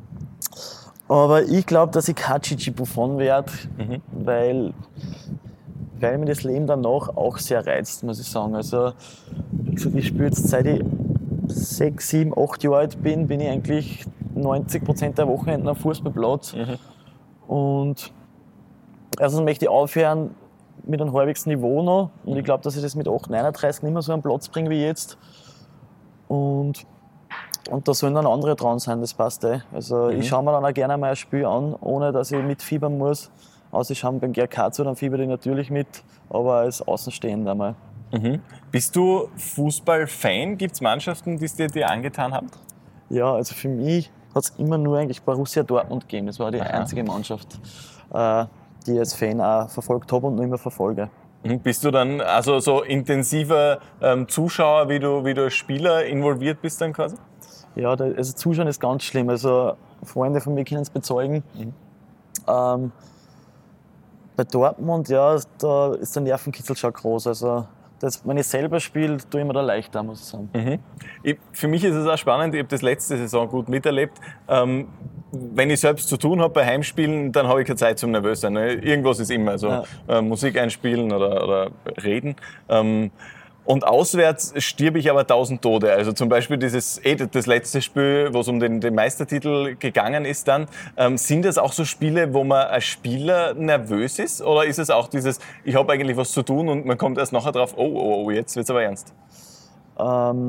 aber ich glaube, dass ich kein Gigi Buffon werde, mhm. weil, weil mir das Leben danach auch sehr reizt, muss ich sagen. Also, wie gesagt, ich spiele jetzt seit ich sechs, sieben, acht Jahre alt bin, bin ich eigentlich neunzig Prozent der Wochenenden am Fußballplatz. Mhm. Und erstens möchte ich aufhören mit einem halbwegs Niveau noch. Und ich glaube, dass ich das mit acht, neununddreißig nicht mehr so am Platz bringe wie jetzt. Und, und da sollen dann andere dran sein, das passt eh. Also mhm. ich schaue mir dann auch gerne mal ein Spiel an, ohne dass ich mitfiebern muss. Also ich schaue beim G R K zu, dann fieber ich natürlich mit, aber als Außenstehender mal. Mhm. Bist du Fußballfan? Gibt es Mannschaften, die es dir, dir angetan haben? Ja, also für mich hat es immer nur eigentlich Borussia Dortmund gegeben. Das war die Aha. einzige Mannschaft, äh, die ich als Fan auch verfolgt habe und noch immer verfolge. Bist du dann also so intensiver ähm, Zuschauer, wie du, wie du als Spieler involviert bist dann quasi? Ja, da, also Zuschauen ist ganz schlimm. Also Freunde von mir können es bezeugen. Mhm. Ähm, bei Dortmund, ja, da ist der Nervenkitzel schon groß. Also das, wenn ich selber spiele, tue ich mir da leichter, muss ich sagen. Mhm. Ich, für mich ist es auch spannend, ich habe das letzte Saison gut miterlebt. Ähm, wenn ich selbst zu tun habe bei Heimspielen, dann habe ich keine Zeit zum nervös sein. Ne? Irgendwas ist immer, also ja. äh, Musik einspielen oder, oder reden. Ähm, und auswärts stirb ich aber tausend Tode. Also zum Beispiel dieses, eh, das letzte Spiel, wo es um den, den Meistertitel gegangen ist dann. Ähm, sind das auch so Spiele, wo man als Spieler nervös ist? Oder ist es auch dieses, ich habe eigentlich was zu tun und man kommt erst nachher drauf, oh, oh, oh, jetzt wird's aber ernst? Ähm,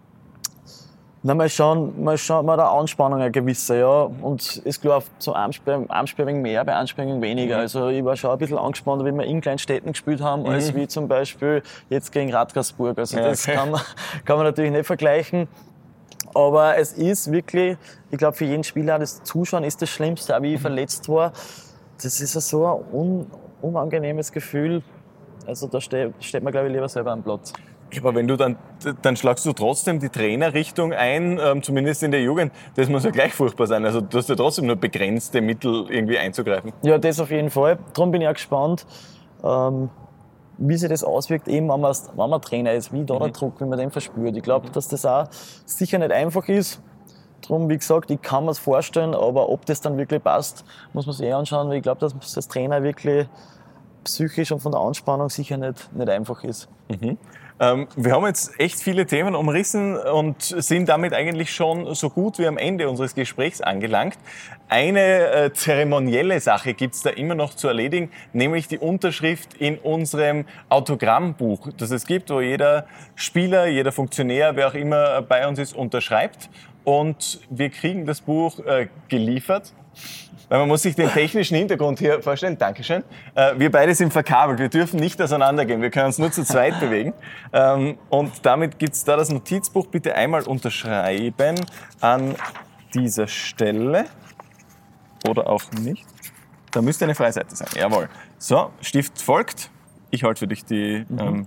na, mal schauen, mal schauen, man hat eine Anspannung, eine gewisse, ja. Und ist klar, so einem Spiel, einem Spiel mehr, bei einem Spiel weniger. Mhm. Also ich war schon ein bisschen angespannt, wie wir in kleinen Städten gespielt haben, mhm. als wie zum Beispiel jetzt gegen Radgersburg. Also ja, das okay. kann, man, kann man natürlich nicht vergleichen. Aber es ist wirklich, ich glaube, für jeden Spieler, das Zuschauen ist das Schlimmste, auch wie ich mhm. verletzt war. Das ist so ein un, unangenehmes Gefühl. Also da steht, steht man, glaube ich, lieber selber am Platz. Aber wenn du dann, dann schlagst du trotzdem die Trainerrichtung ein, ähm, zumindest in der Jugend, das muss ja gleich furchtbar sein. Also du hast ja trotzdem nur begrenzte Mittel, irgendwie einzugreifen. Ja, das auf jeden Fall. Darum bin ich auch gespannt, ähm, wie sich das auswirkt, eben wenn man, wenn man Trainer ist, wie da mhm. der Druck, wie man den verspürt. Ich glaube, dass das auch sicher nicht einfach ist. Darum, wie gesagt, ich kann mir es vorstellen, aber ob das dann wirklich passt, muss man sich eh anschauen, weil ich glaube, dass das als Trainer wirklich psychisch und von der Anspannung sicher nicht, nicht einfach ist. Mhm. Ähm, wir haben jetzt echt viele Themen umrissen und sind damit eigentlich schon so gut wie am Ende unseres Gesprächs angelangt. Eine äh, zeremonielle Sache gibt es da immer noch zu erledigen, nämlich die Unterschrift in unserem Autogrammbuch, das es gibt, wo jeder Spieler, jeder Funktionär, wer auch immer bei uns ist, unterschreibt. Und wir kriegen das Buch äh, geliefert. Weil man muss sich den technischen Hintergrund hier vorstellen. Dankeschön. Äh, wir beide sind verkabelt. Wir dürfen nicht auseinandergehen. Wir können uns nur zu zweit bewegen. Ähm, und damit gibt es da das Notizbuch. Bitte einmal unterschreiben an dieser Stelle. Oder auch nicht. Da müsste eine freie Seite sein. Jawohl. So, Stift folgt. Ich halte für dich die... Mhm. Ähm,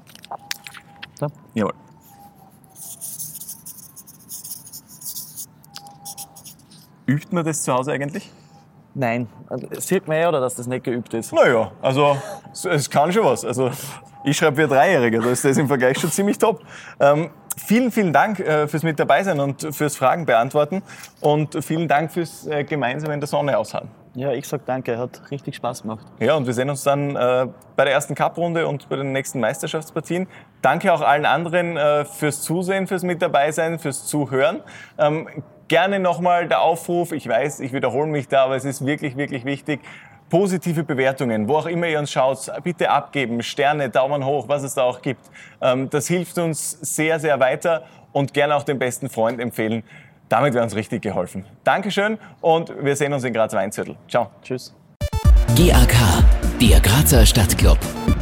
so. Jawohl. Übt man das zu Hause eigentlich? Nein. Sieht man ja, oder dass das nicht geübt ist? Naja, also es kann schon was. Also ich schreibe wie ein Dreijähriger, da ist das im Vergleich schon ziemlich top. Ähm, vielen, vielen Dank äh, fürs mit dabei sein und fürs Fragen beantworten und vielen Dank fürs äh, gemeinsam in der Sonne ausharren. Ja, ich sag danke, hat richtig Spaß gemacht. Ja, und wir sehen uns dann äh, bei der ersten Cup-Runde und bei den nächsten Meisterschaftspartien. Danke auch allen anderen äh, fürs Zusehen, fürs mit dabei sein, fürs Zuhören. Ähm, Gerne nochmal der Aufruf, ich weiß, ich wiederhole mich da, aber es ist wirklich, wirklich wichtig. Positive Bewertungen, wo auch immer ihr uns schaut, bitte abgeben, Sterne, Daumen hoch, was es da auch gibt. Das hilft uns sehr, sehr weiter und gerne auch den besten Freund empfehlen. Damit wäre uns richtig geholfen. Dankeschön und wir sehen uns in Graz Weinzürtel. Ciao. Tschüss. G A K, der Grazer Stadtclub.